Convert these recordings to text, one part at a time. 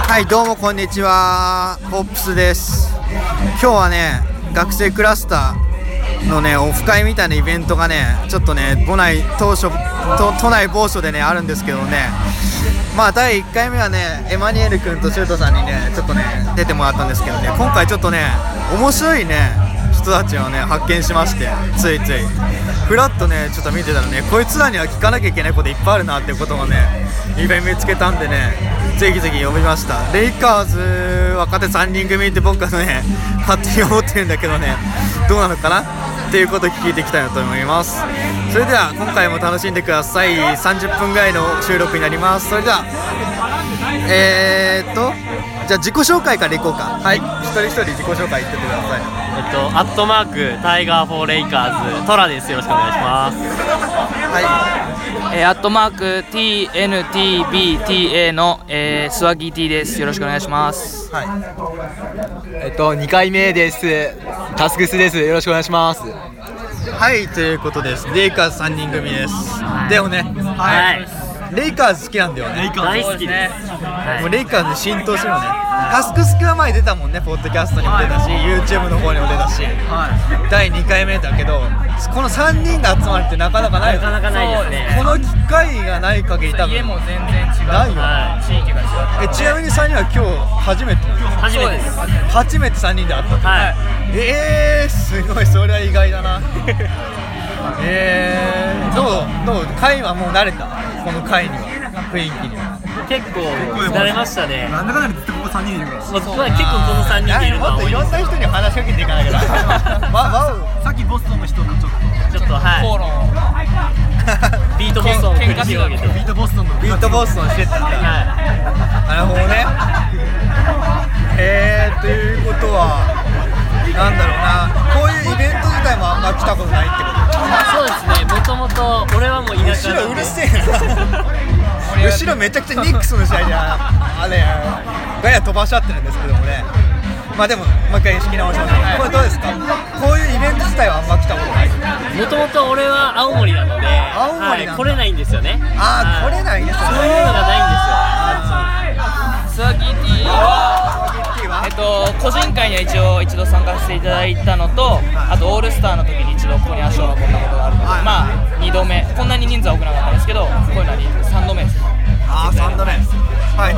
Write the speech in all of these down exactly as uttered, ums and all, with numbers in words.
はい、どうもこんにちは、ポップスです。今日はね、学生クラスターのね、オフ会みたいなイベントがね、ちょっとね、都内当初都、都内某所でね、あるんですけどね、まあだいいっかいめはね、エマニュエル君とシュートさんにね、ちょっとね、出てもらったんですけどね、今回ちょっとね、面白いね、人たちをね、発見しまして、ついついフラッとね、ちょっと見てたらね、こいつらには聞かなきゃいけないこといっぱいあるなっていうことをね、イベント見つけたんでね、ぜひぜひ呼びました。レイカーズ若手さんにん組って僕はね、勝手に思ってるんだけどね、どうなのかなっていうことを聞いていきたいなと思います。それでは今回も楽しんでください。さんじゅっぷんぐらいの収録になります。それではえーっとじゃあ自己紹介からいこうか。はい、一人一人自己紹介言っててください。 えっとアットマークタイガーフォーレイカーズトラです。よろしくお願いします。 はえー、アットマーク ティーエヌティービーティーエー の、えー、スワギー T です。よろしくお願いします。 い、はい、 えっとにかいめです。タスクスです。よろしくお願いします。 はい、ということです。レイカーズさんにん組です。でもね、 はい、 レイカーズ好きなんだよね。 大好きです。 もうレイカーズ浸透してるのね。タスクスクは前出たもんね、ポッドキャストにも出たし、YouTube の方にも出たし、だいにかいめだけど、このさんにんが集まるってなかなかないよね。 なかなかないですね。 この機会がない限り多分家も全然違う。 ないよ、 は地域が違う。 えちなみにさんにんは今日初めてなの？ い、初めてです。 初めてさんにんで会った。 はい、 えー、すごい、それは意外だな。えー、どうどう会はもう慣れた？この会には、雰囲気には。 結構慣れましたね。 なんだかんだでずっとここさんにんいるから僕は結構このさんにんでいるのはもっといろんな人に話しかけていかなきゃダメ。わわおさっきボストンの人とちょっとちょっとはい口論をビートボストンを繰り広げて、 ビートボストンのビートボストンしてたんだ。 はなるほどね。えー、ということはなんだろうな、こういうイベント自体もあんま来たことないってこと。 い、そうですね。もともと俺はもう田舎なんで、 後ろうるせえな。後ろめちゃくちゃニックスの試合じゃあれガヤ飛ばしちゃってるんですけどもね。まあでももう一回仕切り直しましょう。これどうですか？こういうイベント自体はあんま来たことない。 もともと俺は青森なので、 青森なんだはい、来れないんですよね。 あー、 はい来れないね。 そういうのがないんですよ。 スワギー T は、えっと、個人会には一応一度参加していただいたのと、あとオールスターの時に一度ここに足を運んだことがあるので、 はいまあにどめ、こんなに人数は多くなかったんですけど、こういうのはさんどめです。 あー、さんどめ。はい。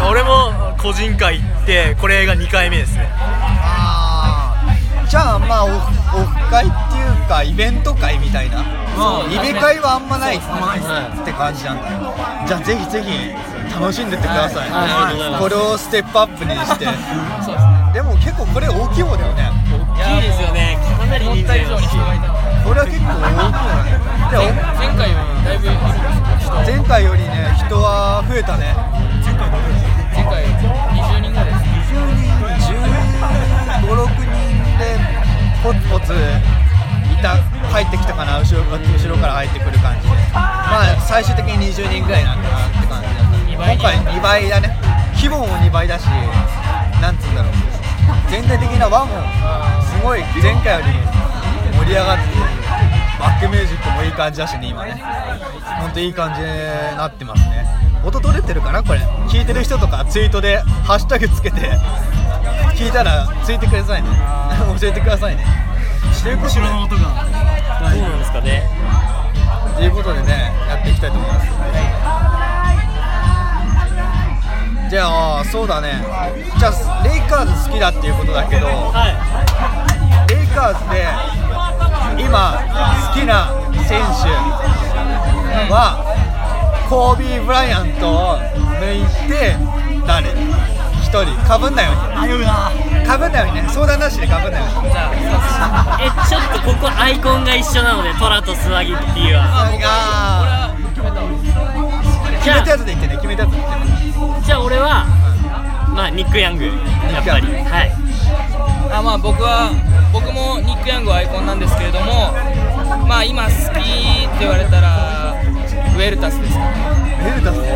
俺も個人会行ってこれがにかいめですね。 あー、じゃあまあオフ、オフ会っていうかイベント会みたいな、イベ会はあんまないって感じなんだよ。じゃあぜひぜひ楽しんでってください。 はいありがとうございます。 これをステップアップにして。 そうですね。 でも結構これ大きい方だよね。 大きいですよね。かなり人数思った以上に人がいた。 これは結構大きいよね。 前回よりだいぶいる人。 前回よりね、人は増えたね。 前回にじゅうにんぐらいです。 にじゅうにん、じゅうご、ろくにんでポツポツいた入ってきたかな、後ろ後ろから入ってくる感じで、まあ最終的ににじゅうにんぐらいなんだなって感じだった。 にばいに今回にばいだね。規模もにばいだし、なんつうんだろう、全体的な輪もすごい前回より盛り上がって、バックミュージックもいい感じだしね、今ね。ほんといい感じになってますね。音取れてるかなこれ。聞いてる人とかツイートでハッシュタグつけて聞いたらついてくださいね。教えてくださいね。ということで後ろの音がどうなんですかね。 ということでね、やっていきたいと思います。じゃあそうだね、じゃあレイカーズ好きだっていうことだけど、 はい、 レイカーズで今好きな選手はコービー・ブライアントを抜いて誰？ひとりかぶんないように、かぶんないようにね、相談なしでかぶんないように。 じゃあえちょっとここアイコンが一緒なので、トラとスワギっていうは。 あー、決めたやつで言ってね、決めたやつで言ってね。 じゃあ俺はまあニック・ヤング、やっぱり。はい。 あまあ僕は僕もニック・ヤングはアイコンなんですけれども、まあ今好きって言われたらウェルタスですかね。 ウェルタス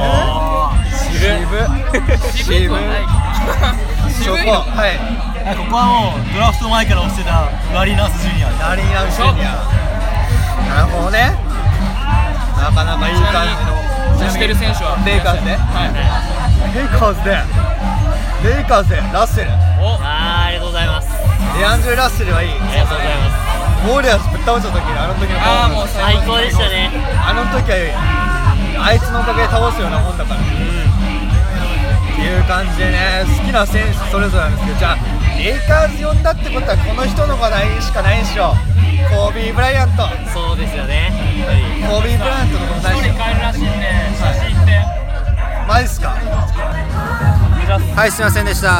渋渋渋そこ、はい、 ここはもうドラフト前から推してたラリーナースジュニア。 ラリーナースジュニア。なるほどね。なかなかいい感じの推してる選手はレイカーズね。 はい、 レイカーズでレイカーズでラッセルおあーありがとうございます。 レアンドレ・ラッセルはいい。 ありがとうございます。 ウォーリアーズぶっ倒した時のあの時のああもう最高でしたね。 あの時はあいつのおかげで倒すようなもんだから、っていう感じでね、好きな選手それぞれなんですけど、じゃあレイカーズ呼んだってことはこの人のがないしかないでしょ。コービー・ブライアント。 そうですよね。やっぱりコービー・ブライアントのことないし一人帰るらしいんで写真ってマジっすか。はいすいませんでした。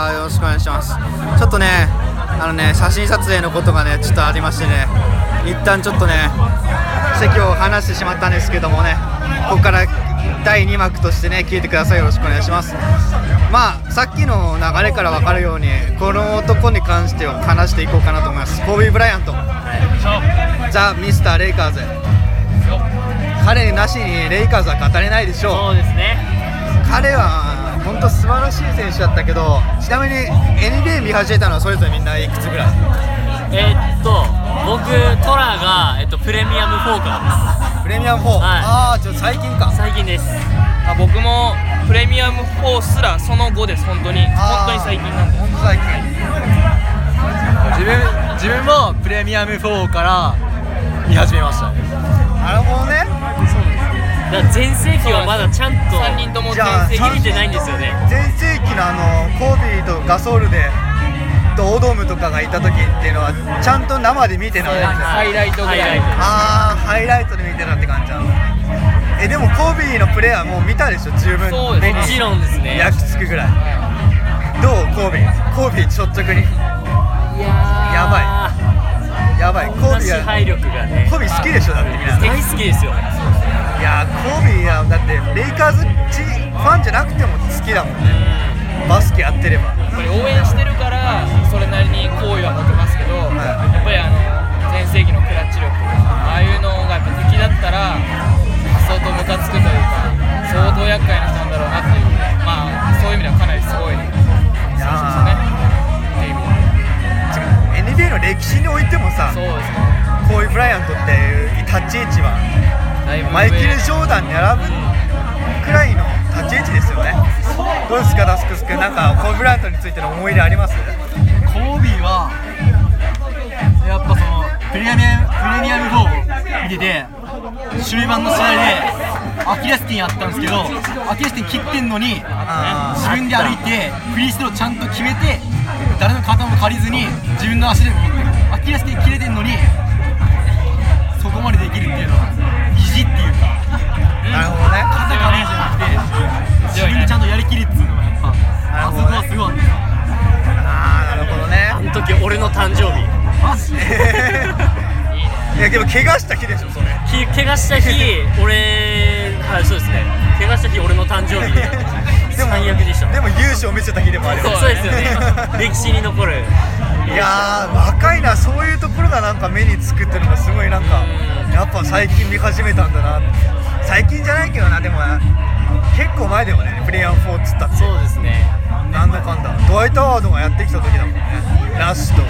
よろしくお願いします。ちょっとねあのね写真撮影のことがねちょっとありましてね、一旦ちょっとね席を離してしまったんですけどもね、ここからだいに幕としてね聞いてください。よろしくお願いします。まあさっきの流れから分かるようにこの男に関しては話していこうかなと思います。コービー・ブライアント、ザ・ミスター・レイカーズ。彼なしにレイカーズは語れないでしょう。 そうですね。 彼は本当素晴らしい選手だったけど、ちなみに エヌビーエー 見始めたのはそれぞれみんないくつぐらい？ えー、っと僕トラが、えっと、プレミアムフォーからプレミアムフォー、 はい、 ああちょっと最近か。 最近です。 あ僕もプレミアムフォーすらその後です。本当に本当に最近なんで。 本当最近。 自分自分もプレミアムフォーから見始めましたね。 なるほどね。 だから全盛期はまだちゃんとさんにんともじゃあ全盛見てないんですよね。 全盛期のあのコービーとガソールでとオドムとかがいた時っていうのはちゃんと生で見てないんですよ。 ハイライトぐらい。 ああハイライトで見てたって感じなの。えでもコービーのプレーはもう見たでしょ十分。 そうですねもちろんですね。 焼き付くぐらい。どうコービーコービー率直に。 いややばいやばい。コービーは支配力がね。 コービー好きでしょだってみんな。 大好きですよ。 いやーコービーはだってレイカーズチファンじゃなくても好きだもんね。バスケやってれば。 やっぱり応援してるからそれなりに好意は持てますけど、 はいやっぱりあの全盛期のクラッチ力、ああいうのがやっぱ敵だったら相当ムカつくというか相当厄介な人なんだろうなっていう、まあそういう意味ではかなりすごい選手ですよねっていう意味で。 エヌビーエー の歴史においてもさ、 そうですね。 コービー・ブライアントっていう立ち位置はだいぶ上マイケル・ジョーダンに並ぶくらいの立ち位置ですよね。どうですかダスクス君、なんかコービー・ブライアントについての思い入れあります？ コービーはやっぱそのプレミアムプレミアムフォーを見てて終盤の試合でアキレス腱やったんですけど、アキレス腱切ってんのにあ自分で歩いてフリースローちゃんと決めて誰の肩も借りずに自分の足で持ってる。アキレス腱切れてんのにそこまでできるっていうのは意地っていうか、 なるほどね。 肩借りるじゃなくて自分でちゃんとやりきるっていうのがやっぱあそこはすごい。 ああなるほどね。 あの時俺の誕生日。 マジでいやでも怪我した日でしょそれ。 き怪我した日俺はいそうですね。怪我した日俺の誕生日ででも最悪でした。 でも優勝見せた日でもあるよ。 そうですよね。歴史に残る。 いやー若いな、そういうところがなんか目につくっていうのがすごいなんかやっぱ最近見始めたんだな。最近じゃないけどな、でもな結構前だよねプレイヤーフォーっつったって。 そうですね。 なんだかんだドワイト・ワードがやってきた時だもんね。ラッシュとうー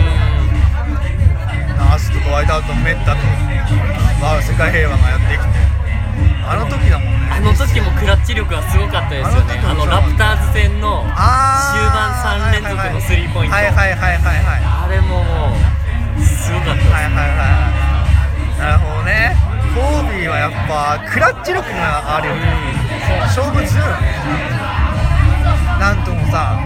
ん。 ラッシュとドワイト・ワードとメッタとワー世界平和がやってきてあの時だもんね。 あの時もクラッチ力がすごかったですよね。あのラプターズ戦の終盤さん連続のスリーポイント。 はいはいはいはいはい。 あれももうすごかったです。 はいはいはい。なるほどね。コービーはやっぱクラッチ力があるよね。勝負強いよね。なんともさ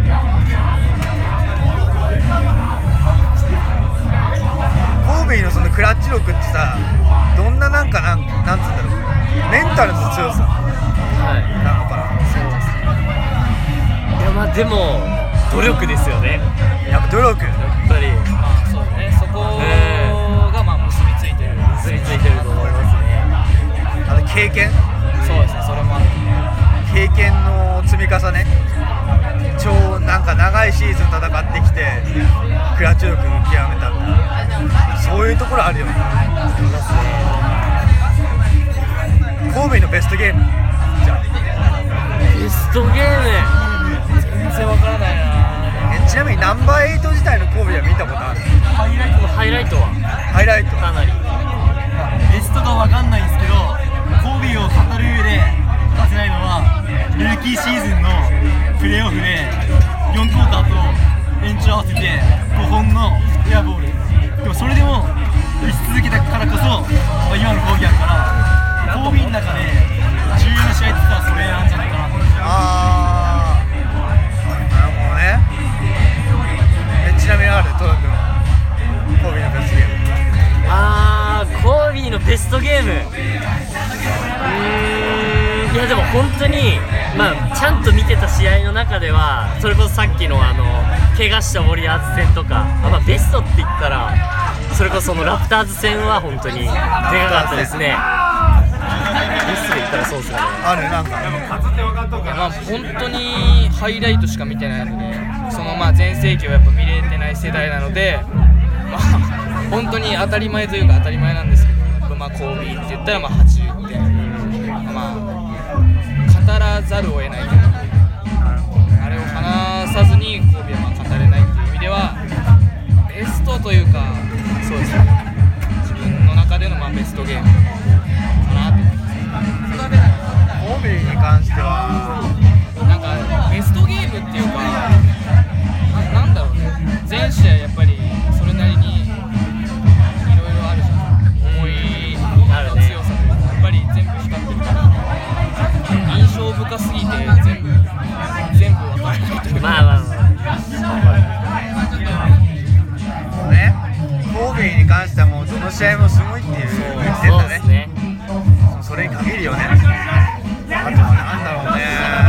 コービーのそのクラッチ力ってさ、どんななんかなんなんつうんだろう、メンタルの強さはい。 なのかな。 そうですね。いやまあでも努力ですよね。 やっぱ努力。 やっぱりそうね。そこがまあ結びついてる。 結びついてると思いますね。 あの経験そうですね。それもある。 経験の積み重ね、超なんか長いシーズン戦ってきてクラッチ力を極めた、そういうところあるよね。 ありますね。 神戸のベストゲームじゃあベストゲーム全然わからないな。 えちなみにナンバーエイト自体の神戸は見たことある？ ハイライトのハイライトはハイライトかなりベストかわかんないんですけど、コービーを語る上で欠かせないのはルールキーシーズンのプレーオフでよんクォーターと延長合わせてごほんのエアボール、でもそれでも打ち続けたからこそ、まあ、今のコービーやからコービーの中で重要な試合って言ったらそれなんじゃないかなと。 あー、なるほどね。えちなみにあるトラ君コービーのベストゲーム。 あー、コービーのベストゲーム、うーん、いやでも本当に、まあ、ちゃんと見てた試合の中ではそれこそさっきのあの怪我したウォリアーズ戦とか、あ、まあ、ベストって言ったらそれこそそのラプターズ戦は本当にでかかったですね。ベストで言ったらそうですかね。 あるなんかまあ本当にハイライトしか見てないので、そのまあ全盛期をやっぱ見れてない世代なので、まあ本当に当たり前というか当たり前なんですけど、やっぱまあコービーって言ったらまあはちじゅってん、まあ語らざるを得ないというか、あれを話さずにコービーはまあ語れないっていう意味ではベストというか、そうですね、自分の中でのまあベストゲームかなと。 コービーに関してはなんかベストゲームっていうか、なんだろうね、全試合やっぱりそれなりにいろいろあるじゃん、思いの強さというか、やっぱり全部光ってるから印象深すぎて全部全部分からないというか、 まあまあまもうね、コービーに関してはもうどの試合もすごいっていう言ってんそうだね。 ですね。 それに限るよね。あとはなんだろうね。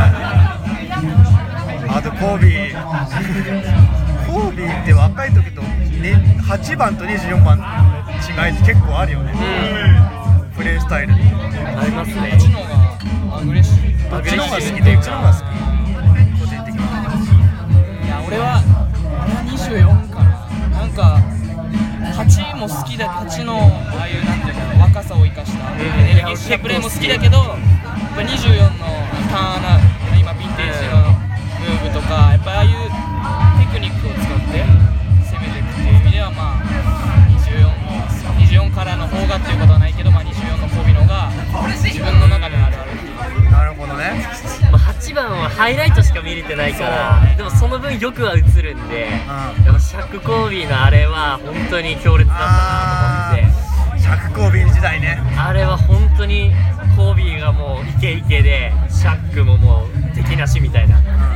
あとコービーコービーって若い時と、ね、はちばんとにじゅうよんばんの違いって結構あるよね、うん、プレースタイルありますね。 こっちの方がアグレッシブ、 どっちの方が好きで、どっちの方が好き個人的に。 いや俺は俺はにじゅうよんかな。なんかはちも好きだ、はちのああいうなんていうか若さを生かしたエネルギッシュなプレーも好きだけど、やっぱにじゅうよんのターンアウト、今ヴィンテージのムーブとか、やっぱああいうテクニックを使って攻めていくっていう意味では、まあにじゅうよんのにじゅうよんからの方がっていうことはないけど、まあにじゅうよんのコービーの方が自分の中でのあるあるっていう。 なるほどね。 まあ、はちばんはハイライトしか見れてないから、でもその分よくは映るんで、 うん、 やっぱシャック・コービーのあれは本当に強烈だったなと思って。 シャック・コービー時代ね。 あれは本当にコービーがもうイケイケで、シャックももう敵なしみたいな。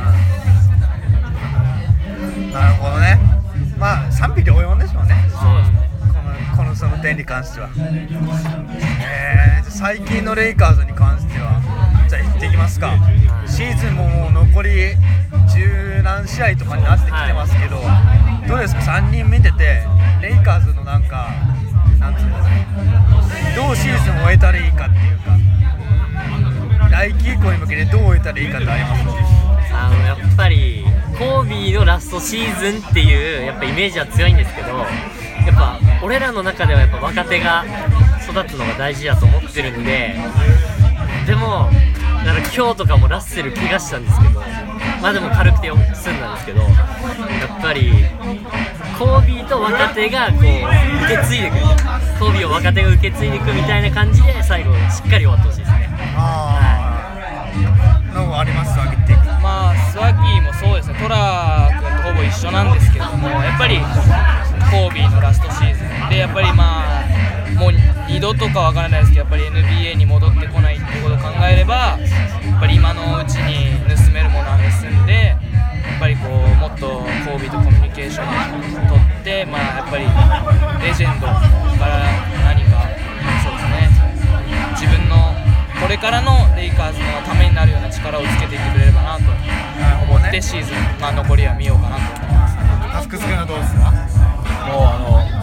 なるほどね。まあ賛否両論でしょうね。 そうですね。 このこのその点に関しては。えー、最近のレイカーズに関しては、じゃあ行ってきますか。シーズンももう残り十何試合とかになってきてますけど、はい、どうですか、さんにん見てて、レイカーズのなんか、なんつうんだろう、どうシーズンを終えたらいいかっていうか、来季以降に向けてどう終えたらいいかってあります？ あのやっぱりコービーのラストシーズンっていうやっぱイメージは強いんですけど、やっぱ俺らの中ではやっぱ若手が育つのが大事だと思ってるんで、でもだから今日とかもラッセル怪我したんですけど、まあでも軽くて済んだんですけど、やっぱりコービーと若手がこう受け継いでいく、コービーを若手が受け継いでいくみたいな感じで最後しっかり終わってほしいですね。 あー、のあります、上げていく。 まあスワギーもそうですね、トラ君とほぼ一緒なんですけれども、やっぱりコービーのラストシーズンで、やっぱりまあもう二度とかわからないですけど、やっぱり エヌビーエー に戻ってこないっていうことを考えれば、やっぱり今のうちに盗めるものは盗んで、やっぱりこうもっとコービーとコミュニケーションを取って、まあやっぱりレジェンドから何かそうですね、自分のこれからのレイカーズのためになるような力をつけていってくれればなと思ってシーズン、まあ、残りは見ようかなと思います。 タスクス君はどうですか？ もうあ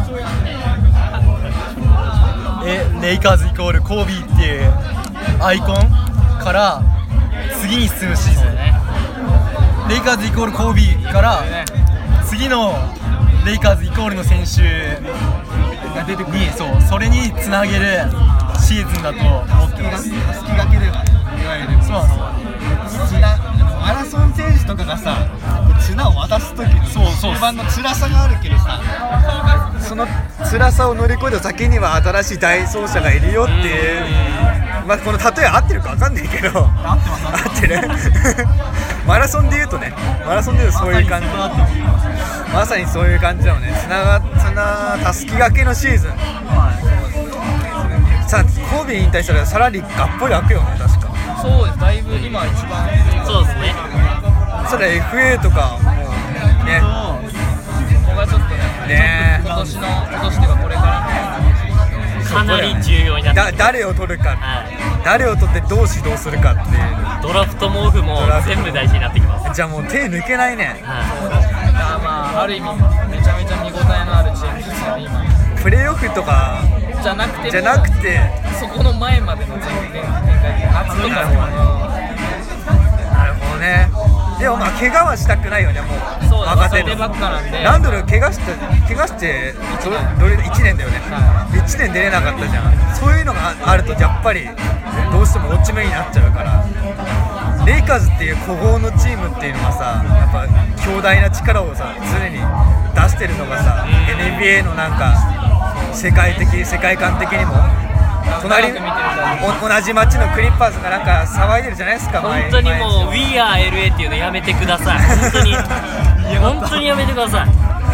のえレイカーズイコールコービーっていうアイコンから次に進むシーズン、ね、レイカーズイコールコービーから次のレイカーズイコールの選手が出てくるに、そうそれにつなげるシーズンだと思ってます。 たすき掛けでは、いわゆるそうなんですよ。 綱、マラソン選手とかがさ、綱を渡す時の終盤の辛さがあるけどさ、その辛さを乗り越えた先には新しい第走者がいるよっていうまあこの例え合ってるか分かんないけど、 合ってます合ってるマラソンで言うとね、マラソンで言うとそういう感じ、まさにそういう感じだもんね。つながつなたすきがけのシーズン、さあ神戸引退したらさらにがっぽり開くよね、確か。 そうです、だいぶ今一番そうですね。 それ エフエー とかもうね、 ここがちょっとね、 ね今年の今年というかこれからかなり重要になってだ誰を取るか、 はい、 誰を取ってどう指導するかっていう。 ドラフトもオフも全部大事になってきます。 じゃあもう手抜けないね。 はい、 だからまあある意味めちゃめちゃ見応えのあるチームですよね今。 プレーオフとかじゃなくてもじゃなくてそこの前までの全然展開、夏とかもなるほどね。でもまあ怪我はしたくないよね、もう。 そうだ、 若手の若手ばっかなんで。 ランドル怪我して怪我してどどれいちねんだよね、 はいちねん出れなかったじゃん。そういうのがあるとやっぱりどうしても落ち目になっちゃうから、レイカーズっていう古豪のチームっていうのはさ、やっぱ強大な力をさ常に出してるのがさ、エヌビーエー のなんか世界的世界観的にも隣にお同じ町のクリッパーズがなんか騒いでるじゃないですか。 本当にもう We Are エルエー っていうのやめてください。本当に本当にやめてください。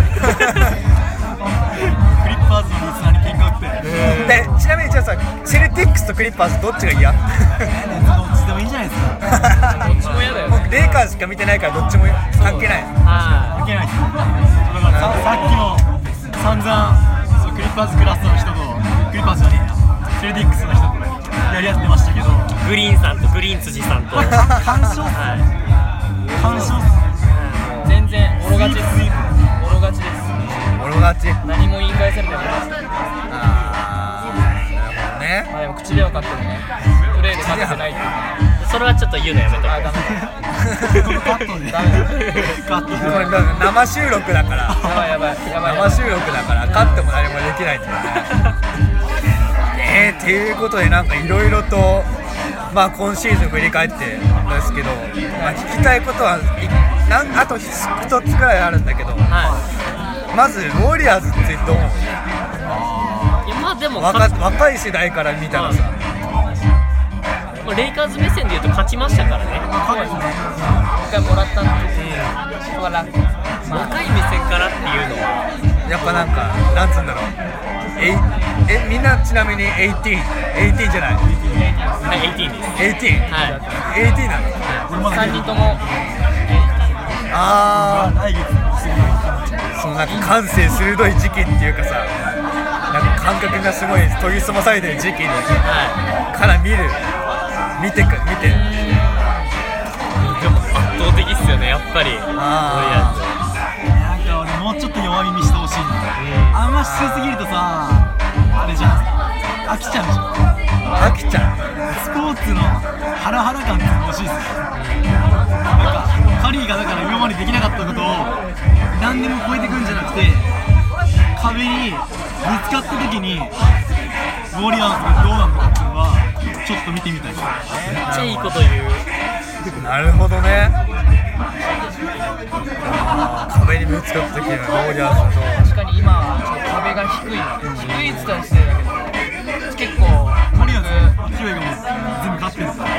クリッパーズのリスナーに喧嘩売ってでちなみにじゃあさ、セルティックスとクリッパーズどっちが嫌？ どっちでもいいんじゃないですか。 どっちも嫌だよね。 僕レイカーズしか見てないからどっちも関係ない。 はいけないです。だからささっきも散々そうクリッパーズクラスの人とクリッパーズじゃねえやセルティックスの人とやり合ってましたけど、 グリーンさんとグリーン辻さんと、はい、 干渉干渉全然オロ勝ちです。オロ勝ちです。 俺勝ち。 何も言い返されてないです。 あー、なるほどね。 まあでも口では勝ってるね。プレーで勝ってないっていう。 それはちょっと言うのやめとこあ、ダメだ。 カットでダメだ。 カットでこれ生収録だからやばいやばいやばいやばい。 生収録だから勝っても何もできないんだよね。えー、っていうことでなんかいろいろとまあ今シーズン振り返ってですけど、まあ、聞きたいことはいなんあとひとつくらいあるんだけど、 はまずウォリアーズってどう思う？ い。まあでも若若い世代から見たらさ、 レイカーズ目線で言うと勝ちましたからね。 そうですね。一回もらったんで、そこが楽。 若い目線からっていうのはやっぱなんかなんつうんだろう、ええみんなちなみにじゅうはち、じゅうはちじゃないはいじゅうはちです。 じゅうはち、 はいじゅうはちなの？ さんにんともあ来月ー、そのなんか感性鋭い時期っていうかさ、なんか感覚がすごい研ぎ澄まされてる時期にはから見る見てく見てい。でも圧倒的っすよね、やっぱり。 あなんか俺もうちょっと弱みにしてほしいんだよ。あんましすぎるとさあれじゃん、飽きちゃうじゃん。 飽きちゃう。 スポーツのハラハラ感って欲しいっすよ。なんかカリーがだから今までできなかったことを何でも超えてくんじゃなくて、壁にぶつかった時にウォリアーズがどうなのかっていうのはちょっと見てみたい。 めっちゃいいこと言う。 なるほどね。あー、壁にぶつかった時のウォリアーズと確かに今はちょっと壁が低い低いって言ったら失礼だけど、結構ウォリアーズの勢いがもう全部勝ってるから、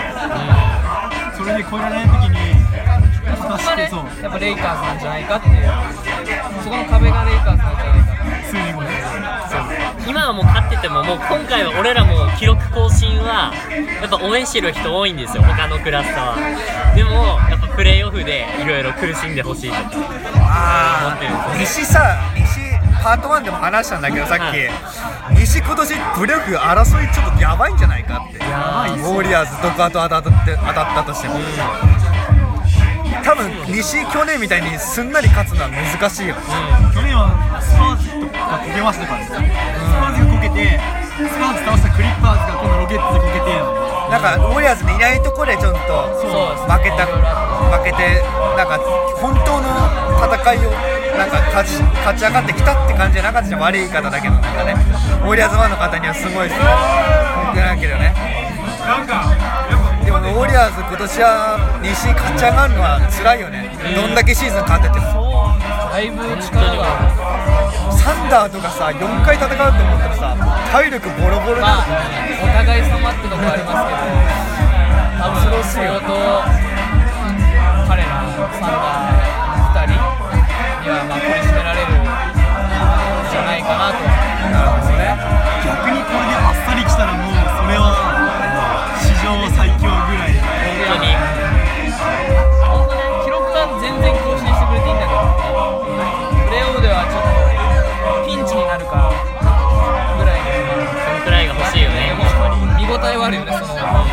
それで超えられない時にそこがね、 そうやっぱレイカーズなんじゃないかっていう、そこの壁がレイカーズなんじゃないかっていう。 数年後ね。 今はもう勝ってても、もう今回は俺らも記録更新はやっぱ応援してる人多いんですよ、他のクラスターは。でもやっぱプレーオフでいろいろ苦しんでほしいとか思あってるんですよ。 ー、西さ西パートワンでも話したんだけどさっき、 はい西今年プレーオフ争いちょっとやばいんじゃないかって。 ばいっすウォリアーズどこあと当たって当たったとしても、多分西去年みたいにすんなり勝つのは難しいよ。 去年はスパーズとかこけましたからね。スパーズがこけて、スパーズ倒したクリッパーズが今度ロケッツでこけて、 なんかウォリアーズにいないところでちょっとそう負けた負けて、なんか本当の戦いをなんか勝ち勝ち上がってきたって感じじゃなかったじゃん。悪い言い方だけどなんかね、ウォリアーズファンの方にはすごい僕なんだけどね。でもウォリアーズ今年は西勝ち上がるのは辛いよね。どんだけシーズン勝ってても。 だいぶ力がサンダーとかさよんかい戦うと思ったらさ体力ボロボロになるまあお互い様ってとこありますけど、多分仕事彼らサンダーふたりにはまあ苦しめられるんじゃないかなと。 なるほどね。逆にこれであっさり来たらもうそれは史上最強ぐらい。 本当に本当ね、記録は全然更新してくれていいんだけど、プレーオフではちょっとピンチになるかぐらいで、 そのくらいが欲しいよね。 見応えはあるよね、その。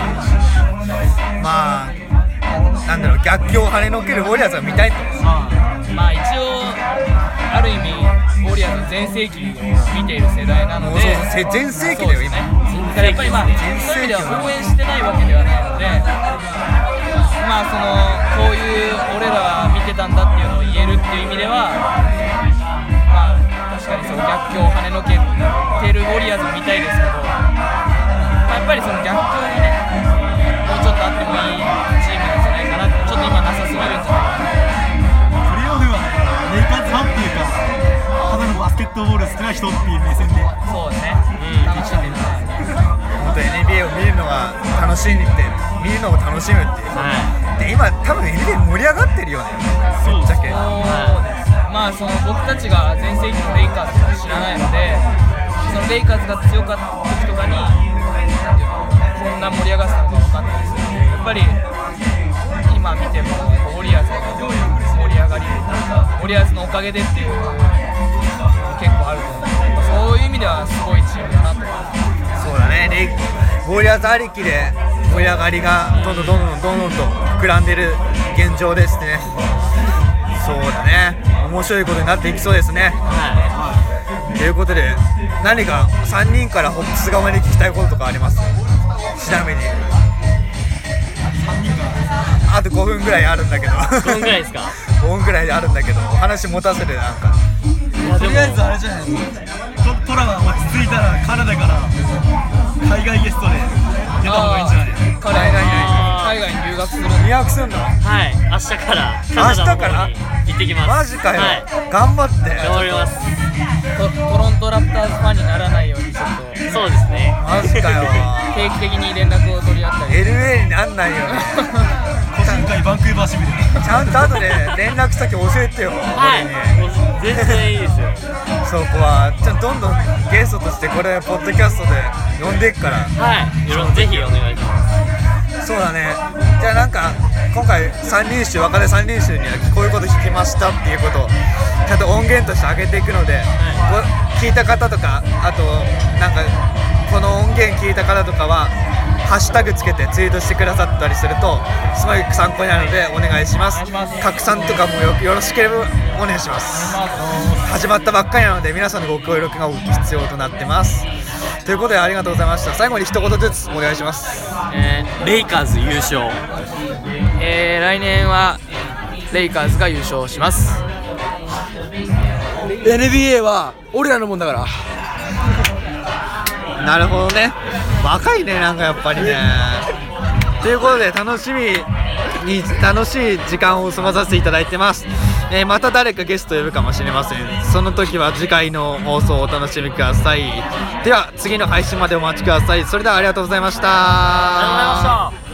まあなんだろう、逆境を跳ねのけるウォリアーズが見たいと。 まあ一応ある意味ウォリアーズ全盛期を見ている世代なので、 そうそう全盛期だよ今。 やっぱりまあそういう意味では応援してないわけではないので、まあそのこういう俺らは見てたんだっていうのを言えるっていう意味では、まあ確かにその逆境を跳ねのけてるウォリアーズも見たいですけど、まあ、やっぱりその逆境にねもうちょっとあってもいいチームなんじゃないかなって、ちょっと今なさすぎるんじゃないかな。 プレーオフはレイカーズファンっていうかただのバスケットボール好きな人っていう目線でそうですね、楽しんでみたいですね。 本当 エヌビーエー を見るのが楽しんで見るのを楽しむっていう、 はで今多分 エヌビーエー 盛り上がってるよねぶっちゃけ。 まあその僕たちが全盛期のレイカーズとか知らないので、そのレイカーズが強かった時とかになんていうのこんな盛り上がってたのか分かんないですけど、やっぱり今見てもウォリアーズの盛り上がりとかウォリアーズのおかげでっていうの結構あると思うので、そういう意味ではすごいチームだなと。 そうだね、レイウォリアーズありきで盛り上がりがどんどんどんどんどんどんと膨らんでる現状ですね。そうだね、面白いことになっていきそうですね。ということで何かさんにんからホップス側に聞きたいこととかあります？ちなみにあとごふんぐらいあるんだけどい。どんぐらいですか？ ごふんぐらいあるんだけどお話持たせてなんか。 とりあえずあれじゃないの、ト, トラが落ち着いたらカナダから海外ゲストで出た方がいいんじゃない？ 海外に海外に留学するんで、 入学するんだ。 はい、明日からカナダの方に行ってきます。 マジかよ、 はい、 頑張って頑張ります。 ト, トロントラプターズファンにならないようにちょっとそうですね。 マジかよ定期的に連絡を取り合ったり。 エルエー になんないよね個人会バンクーバー支部でちゃんと後で連絡先教えてよはい、 俺に。 もう全然いいですよ。 そこはちょっとどんどんゲストとしてこれポッドキャストで呼んでいくから。 はい、よろぜひお願いします。 そうだね。じゃあなんか今回三人衆若手三人衆にはこういうこと聞きましたっていうことをちゃんと音源として上げていくので、 はご聞いた方とかあとなんかこの音源聞いた方とかはハッシュタグつけてツイートしてくださったりするとすごい参考になるのでお願いします。拡散とかも よ, よろしければお願いします。始まったばっかりなので皆さんのご協力が必要となってます。ということでありがとうございました。最後に一言ずつお願いします。 えー、レイカーズ優勝。 えー、来年はレイカーズが優勝します。 エヌビーエー は俺らのもんだから。 なるほどね、若いねなんかやっぱりね。ということで楽しみに楽しい時間を過ごさせていただいてます。えー、また誰かゲスト呼ぶかもしれません。その時は次回の放送をお楽しみください。では次の配信までお待ちください。それではありがとうございました。 ありがとうございました。